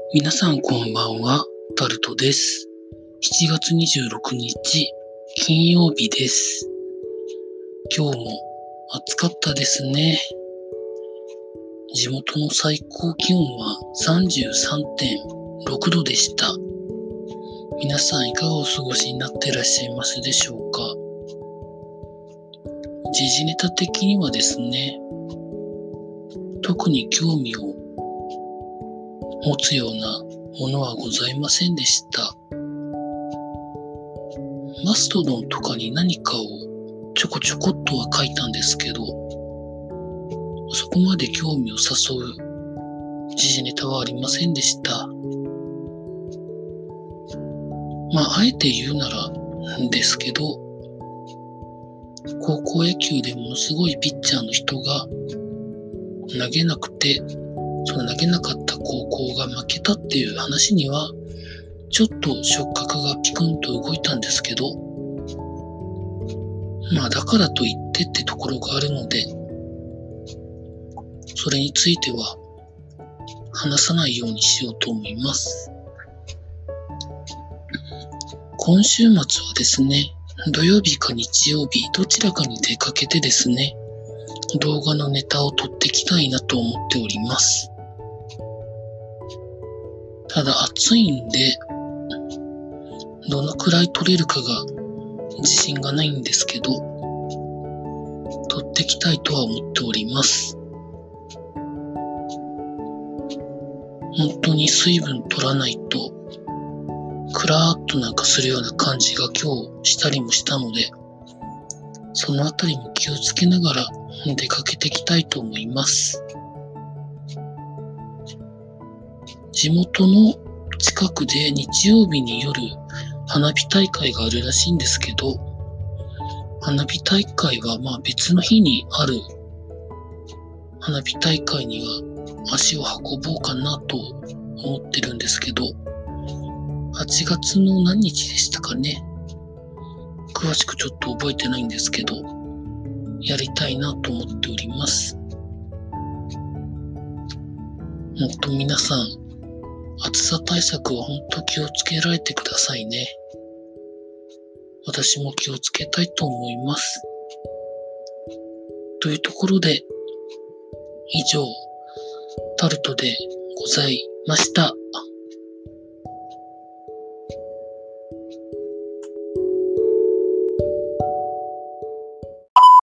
皆さんこんばんは、タルトです。7月26日、金曜日です。今日も暑かったですね。地元の最高気温は 33.6 度でした。皆さんいかがお過ごしになっていらっしゃいますでしょうか。時事ネタ的にはですね、特に興味を持つようなものはございませんでした。マストドンとかに何かをちょこちょこっとは書いたんですけど、そこまで興味を誘う時事ネタはありませんでした。あえて言うならですけど、高校野球でものすごいピッチャーの人が投げなくて、その投げなかった高校が負けたっていう話には、ちょっと触覚がピクンと動いたんですけど、だからといってってところがあるので、それについては話さないようにしようと思います。今週末はですね、土曜日か日曜日、どちらかに出かけてですね、動画のネタを撮ってきたいなと思っております。ただ暑いんで、どのくらい撮れるかが自信がないんですけど、撮ってきたいとは思っております。本当に水分取らないと、クラーっとするような感じが今日したりもしたので、そのあたりも気をつけながら出かけていきたいと思います。地元の近くで日曜日に夜花火大会があるらしいんですけど、花火大会は別の日にある花火大会には足を運ぼうかなと思ってるんですけど、8月の何日でしたかね。詳しくちょっと覚えてないんですけど、やりたいなと思っております。本当皆さん、暑さ対策は本当気をつけられてくださいね。私も気をつけたいと思います。というところで、以上、タルトでございました。